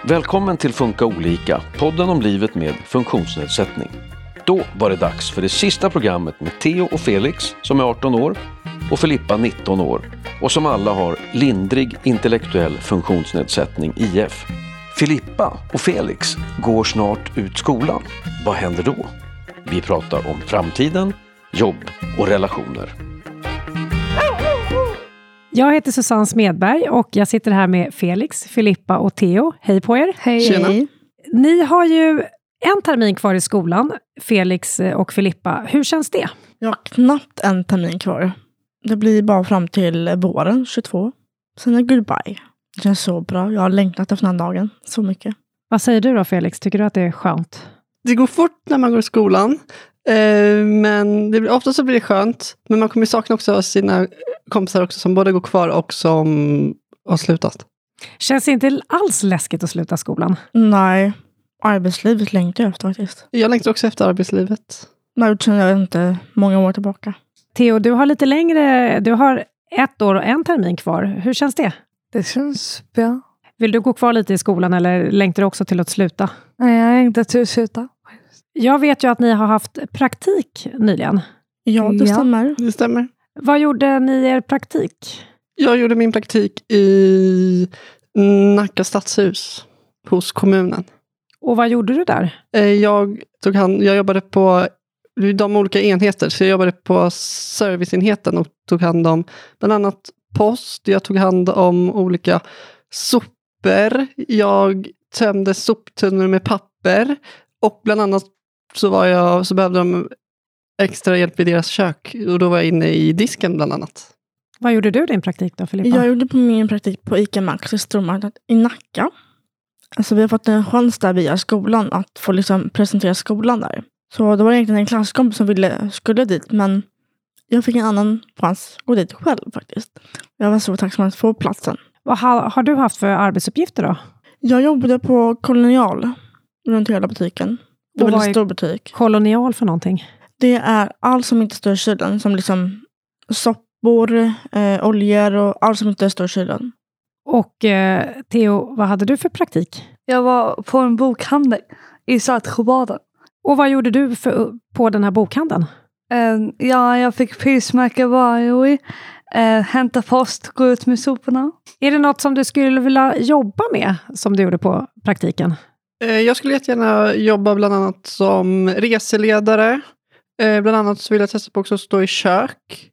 Välkommen till Funka olika, podden om livet med funktionsnedsättning. Då var det dags för det sista programmet med Theo och Felix som är 18 år och Filippa 19 år och som alla har lindrig intellektuell funktionsnedsättning IF. Filippa och Felix går snart ut skolan. Vad händer då? Vi pratar om framtiden, jobb och relationer. Jag heter Susanne Smedberg och jag sitter här med Felix, Filippa och Theo. Hej på er! Hej! Tjena. Ni har ju en termin kvar i skolan, Felix och Filippa. Hur känns det? Jag har knappt en termin kvar. Det blir bara fram till våren 22. Sen är det goodbye. Det känns så bra. Jag har längtat efter den här dagen så mycket. Vad säger du då, Felix? Tycker du att det är skönt? Det går fort när man går i skolan. Men ofta så blir det skönt. Men man kommer sakna också sina kompisar också som både går kvar och som har slutat. Känns det inte alls läskigt att sluta skolan? Nej, arbetslivet längtar jag efter faktiskt. Jag längtar också efter arbetslivet. Nej, det känner jag inte många år tillbaka. Theo, du har lite längre, du har 1 år och en termin kvar. Hur känns det? Det känns bra. Vill du gå kvar lite i skolan eller längtar du också till att sluta? Nej, jag längtar till att sluta. Jag vet ju att ni har haft praktik nyligen. Ja, det stämmer. Det stämmer. Vad gjorde ni i er praktik? Jag gjorde min praktik i Nacka stadshus hos kommunen. Och vad gjorde du där? Jag jobbade på de olika enheter. Så jag jobbade på serviceenheten och tog hand om bland annat post. Jag tog hand om olika sopor. Jag tömde soptunnor med papper. Och bland annat så behövde de extra hjälp i deras kök. Och då var jag inne i disken bland annat. Vad gjorde du din praktik då, Filippa? Jag gjorde på min praktik på ICA Maxi stormarknad i Nacka. Alltså vi har fått en chans där via skolan att få liksom presentera skolan där. Så det var egentligen en klasskompis som skulle dit, men jag fick en annan chans att gå dit själv faktiskt. Jag var så tacksam att få platsen. Vad har du haft för arbetsuppgifter då? Jag jobbade på Kolonial runt hela butiken. Det var en stor butik. Kolonial för någonting? Det är allt som inte står i kylen, som liksom soppor, oljor och allt som inte står i kylen. Och Theo, vad hade du för praktik? Jag var på en bokhandel i Saltsjöbaden. Och vad gjorde du på den här bokhandeln? Jag fick prismärka varor, hämta post, gå ut med soporna. Är det något som du skulle vilja jobba med som du gjorde på praktiken? Jag skulle jättegärna jobba bland annat som reseledare. Bland annat så vill jag testa på också att stå i kök.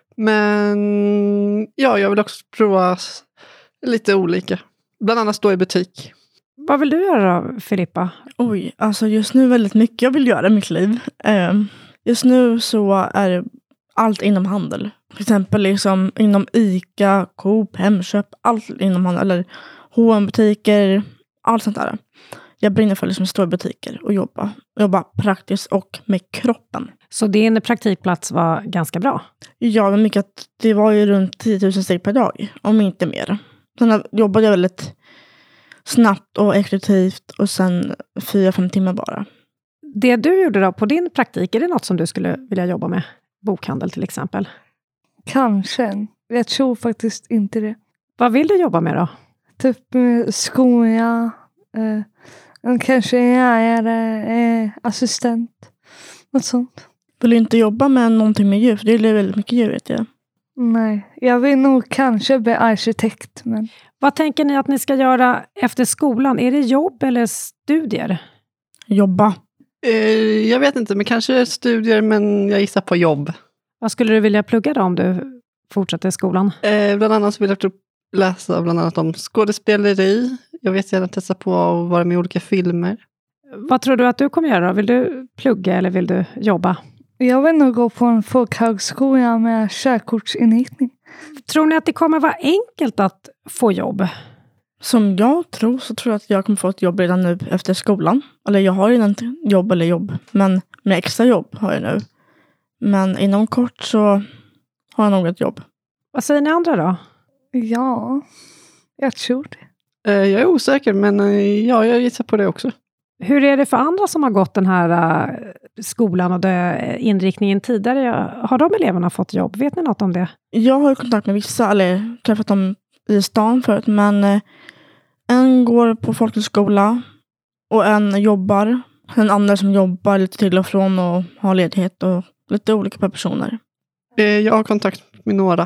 Men ja, jag vill också prova lite olika. Bland annat stå i butik. Vad vill du göra då, Filippa? Oj, alltså just nu väldigt mycket jag vill göra i mitt liv. Just nu så är allt inom handel. Till exempel liksom inom ICA, Coop, Hemköp, allt inom handel. Eller H&M-butiker, allt sånt där. Jag brinner för liksom stå i butiker och jobba praktiskt och med kroppen. Så din praktikplats var ganska bra? Ja, men mycket att det var ju runt 10 000 steg per dag, om inte mer. Sen jobbade jag väldigt snabbt och effektivt och sen 4-5 timmar bara. Det du gjorde då på din praktik, är det något som du skulle vilja jobba med? Bokhandel till exempel? Kanske. Jag tror faktiskt inte det. Vad vill du jobba med då? Typ skola, kanske lärare, assistent. Något sånt. Vill du inte jobba med någonting med djur? För det är väldigt mycket djur, vet jag. Nej, jag vill nog kanske bli arkitekt. Men... Vad tänker ni att ni ska göra efter skolan? Är det jobb eller studier? Jobba. Jag vet inte, men kanske studier, men jag gissar på jobb. Vad skulle du vilja plugga då om du fortsätter i skolan? Bland annat så vill jag läsa bland annat om skådespeleri. Jag vet gärna testa på att vara med i olika filmer. Vad tror du att du kommer göra då? Vill du plugga eller vill du jobba? Jag vill nog gå på en folkhögskola med körkortsinriktning. Tror ni att det kommer vara enkelt att få jobb? Som jag tror att jag kommer få ett jobb redan nu efter skolan. Eller jag har redan jobb. Men med extra jobb har jag nu. Men inom kort så har jag nog ett jobb. Vad säger ni andra då? Ja, jag tror det. Jag är osäker, men ja, jag gissar på det också. Hur är det för andra som har gått den här skolan och inriktningen tidigare? Har de eleverna fått jobb? Vet ni något om det? Jag har kontakt med vissa, eller träffat dem i stan förut, men En går på folkhögskola och en jobbar. En annan som jobbar lite till och från och har ledighet och lite olika personer. Jag har kontakt med några.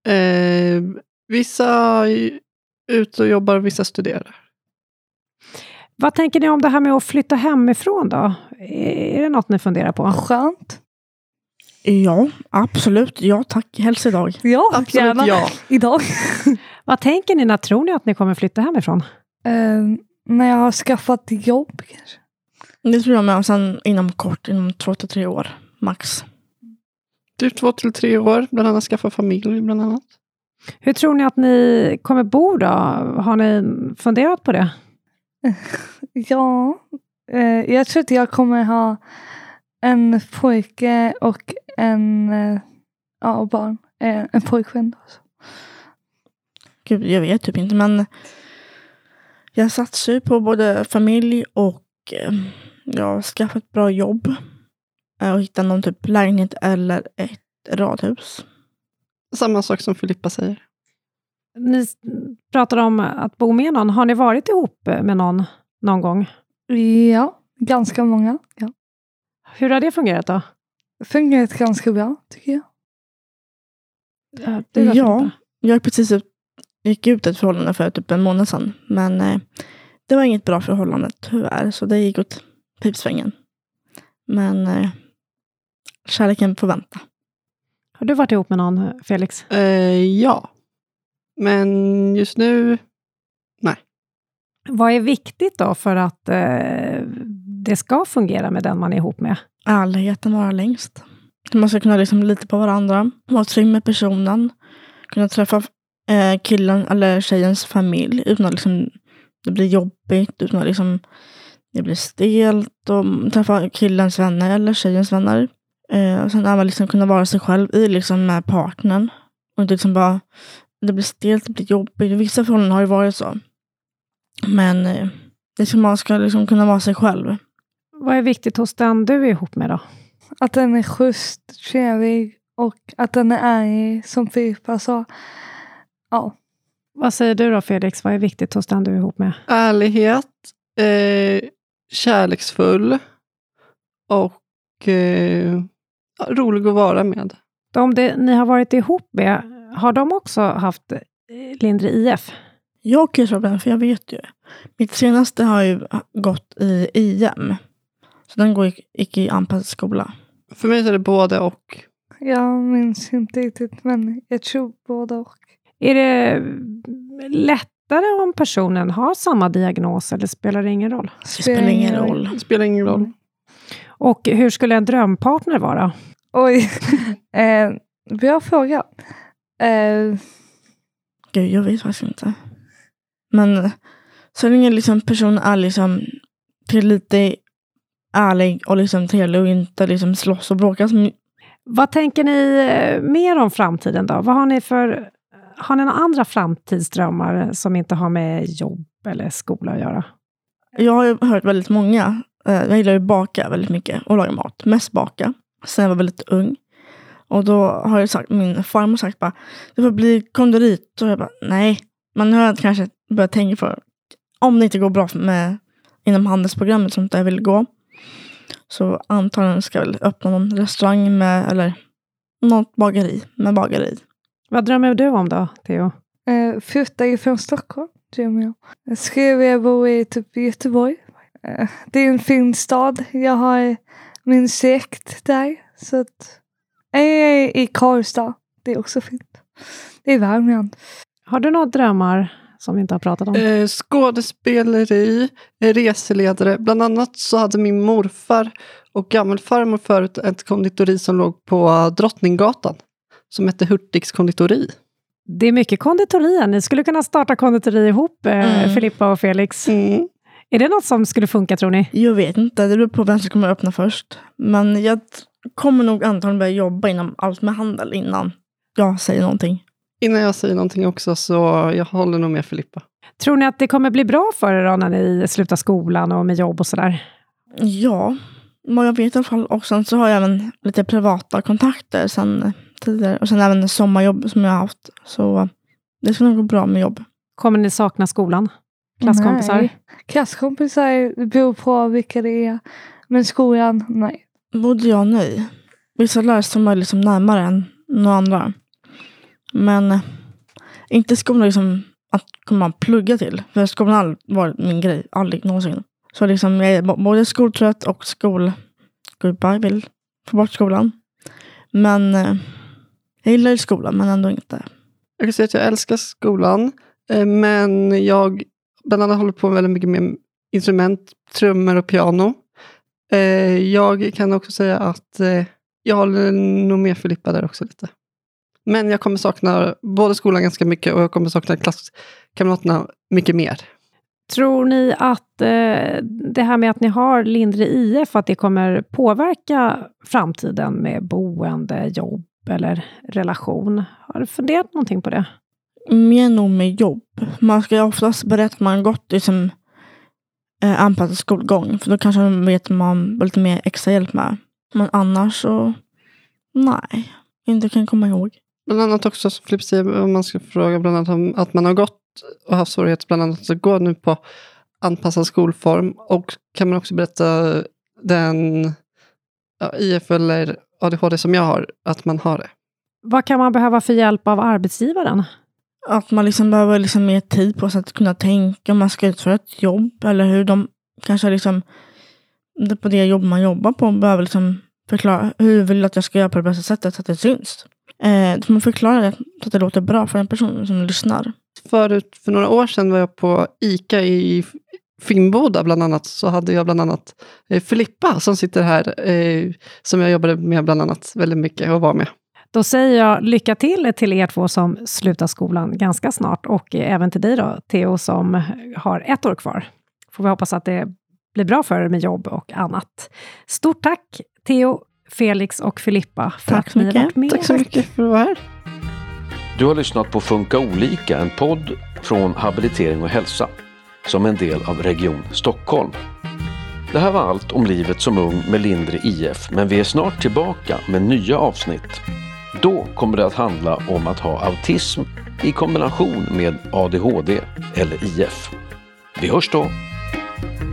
Vissa är ute och jobbar, vissa studerar. Vad tänker ni om det här med att flytta hemifrån då? Är det något ni funderar på? Skönt. Ja, absolut. Ja, tack. Helst idag. Ja, Absolut gärna. ja. Idag. Vad tänker ni? När tror ni att ni kommer flytta hemifrån? När jag har skaffat jobb kanske. Det tror jag med. Sen inom 2-3 år. Max. Typ 2 till 3 år. Bland annat skaffa familj bland annat. Hur tror ni att ni kommer bo då? Har ni funderat på det? Ja, jag tror att jag kommer ha en pojke och en barn. En pojkvän. Gud, jag vet typ inte. Men jag satsar ju på både familj och jag har skaffat ett bra jobb. Och hittat någon typ lägenhet eller ett radhus. Samma sak som Filippa säger. Ni pratar om att bo med någon. Har ni varit ihop med någon gång? Ja, ganska många. Ja. Hur har det fungerat då? Fungerat ganska bra, tycker jag. Ja, jag precis gick ut ett förhållande för typ en månad sedan. Men det var inget bra förhållande tyvärr. Så det gick åt pipsvängen. Men kärleken får vänta. Har du varit ihop med någon, Felix? Ja. Men just nu, nej. Vad är viktigt då för att det ska fungera med den man är ihop med? Ärligheten vara längst. Man ska kunna liksom lita på varandra. Vara trygg med personen. Kunna träffa killen eller tjejens familj utan att liksom, det blir jobbigt. Utan att liksom, det blir stelt. Och träffa killens vänner eller tjejens vänner. Och sen även liksom kunna vara sig själv i liksom med partnern. Och inte liksom bara, det blir stelt, det blir jobbigt. Vissa förhållanden har ju varit så. Men man ska liksom kunna vara sig själv. Vad är viktigt hos den du är ihop med då? Att den är schysst, trevlig och att den är ärlig, som Filippa sa. Ja. Vad säger du då, Felix? Vad är viktigt hos den du är ihop med? Ärlighet, kärleksfull och rolig att vara med. Ni har varit ihop med, har de också haft Lindre IF? Jag kan svara på den, för jag vet ju. Mitt senaste har ju gått i IM. Så den gick i anpassad skola. För mig är det både och. Jag minns inte riktigt, men jag tror både och. Är det lättare om personen har samma diagnos eller spelar det ingen roll? Det spelar ingen roll. Det spelar ingen roll. Och hur skulle en drömpartner vara? Oj, bra fråga. Gud, jag vet faktiskt inte. Men så länge liksom personen är liksom till lite ärlig och liksom trevlig och inte liksom slåss och bråka. Vad tänker ni mer om framtiden då? Vad har ni några andra framtidsdrömmar som inte har med jobb eller skola att göra? Jag har ju hört väldigt många. Jag gillar ju baka väldigt mycket och laga mat. Mest baka. Sen jag var väldigt ung. Och då har jag sagt, min farmor sagt bara, det får bli konditor. Och jag bara, nej. Men nu har jag kanske börjat tänka på, om det inte går bra inom handelsprogrammet som jag vill gå. Så antagligen ska jag väl öppna någon restaurang med, eller något bageri. Vad drömmer du om då, Theo? Flytta ifrån Stockholm, drömmer jag. Jag skulle vilja bo i typ Göteborg. Det är en fin stad. Jag har min släkt där. Så att jag är i Karlstad. Det är också fint. Det är Värmland. Har du några drömmar som vi inte har pratat om? Skådespeleri, reseledare. Bland annat så hade min morfar och gammelfarmor förut ett konditori som låg på Drottninggatan. Som hette Hurtigs konditori. Det är mycket konditorier. Ni skulle kunna starta konditori ihop, Filippa och Felix. Mm. Är det något som skulle funka, tror ni? Jag vet inte, det beror på vem som kommer att öppna först. Men jag kommer nog antagligen börja jobba inom allt med handel innan jag säger någonting. Innan jag säger någonting också, så jag håller nog med Filippa. Tror ni att det kommer bli bra för er då när ni slutar skolan och med jobb och sådär? Ja, vad jag vet i alla fall. Och sen så har jag även lite privata kontakter sen tidigare. Och sen även sommarjobb som jag har haft. Så det ska nog gå bra med jobb. Kommer ni sakna skolan? Klasskompisar? Nej. Klasskompisar, det beror på vilka det är. Men skolan, nej. Både jag och nej. Vissa lärare som är liksom närmare än några andra. Men inte skolan liksom att komma plugga till. För skolan har aldrig varit min grej. Aldrig någonsin. Så liksom jag är både skoltrött och skolgubbar vill få bort skolan. Men jag gillar skolan men ändå inte. Jag kan säga att jag älskar skolan. Men jag bland annat håller på med väldigt mycket med instrument, trummor och piano. Jag kan också säga att jag håller nog med Filippa där också lite. Men jag kommer sakna både skolan ganska mycket och jag kommer sakna klasskamraterna mycket mer. Tror ni att det här med att ni har Lindre IF, att det kommer påverka framtiden med boende, jobb eller relation? Har du funderat någonting på det? Mer nog med jobb. Man ska ju oftast berätta att man har gått liksom, anpassad skolgång. För då kanske man vet man lite mer extra hjälp med. Men annars så nej, inte kan komma ihåg. Bland annat också, som Filip säger, om man ska fråga bland annat om att man har gått och haft svårigheter bland annat att gå nu på anpassad skolform. Och kan man också berätta den IF eller ADHD som jag har, att man har det. Vad kan man behöva för hjälp av arbetsgivaren? Att man liksom behöver liksom mer tid på sig att kunna tänka om man ska utföra ett jobb. Eller hur de kanske liksom på det jobb man jobbar på behöver liksom förklara hur vill att jag ska göra på det bästa sättet så att det syns. Då man förklarar det så att det låter bra för en person som lyssnar. För några år sedan var jag på ICA i Finnboda bland annat. Så hade jag bland annat Filippa som sitter här. Som jag jobbade med bland annat väldigt mycket och var med. Då säger jag lycka till er två som slutar skolan ganska snart. Och även till dig då, Theo, som har 1 år kvar. Får vi hoppas att det blir bra för er med jobb och annat. Stort tack, Theo, Felix och Filippa, för att ni har varit med. Tack så mycket för att vara här. Du har lyssnat på Funka olika, en podd från Habilitering och hälsa som en del av Region Stockholm. Det här var allt om livet som ung med Lindre IF, men vi är snart tillbaka med nya avsnitt. Då kommer det att handla om att ha autism i kombination med ADHD eller IF. Vi hörs då!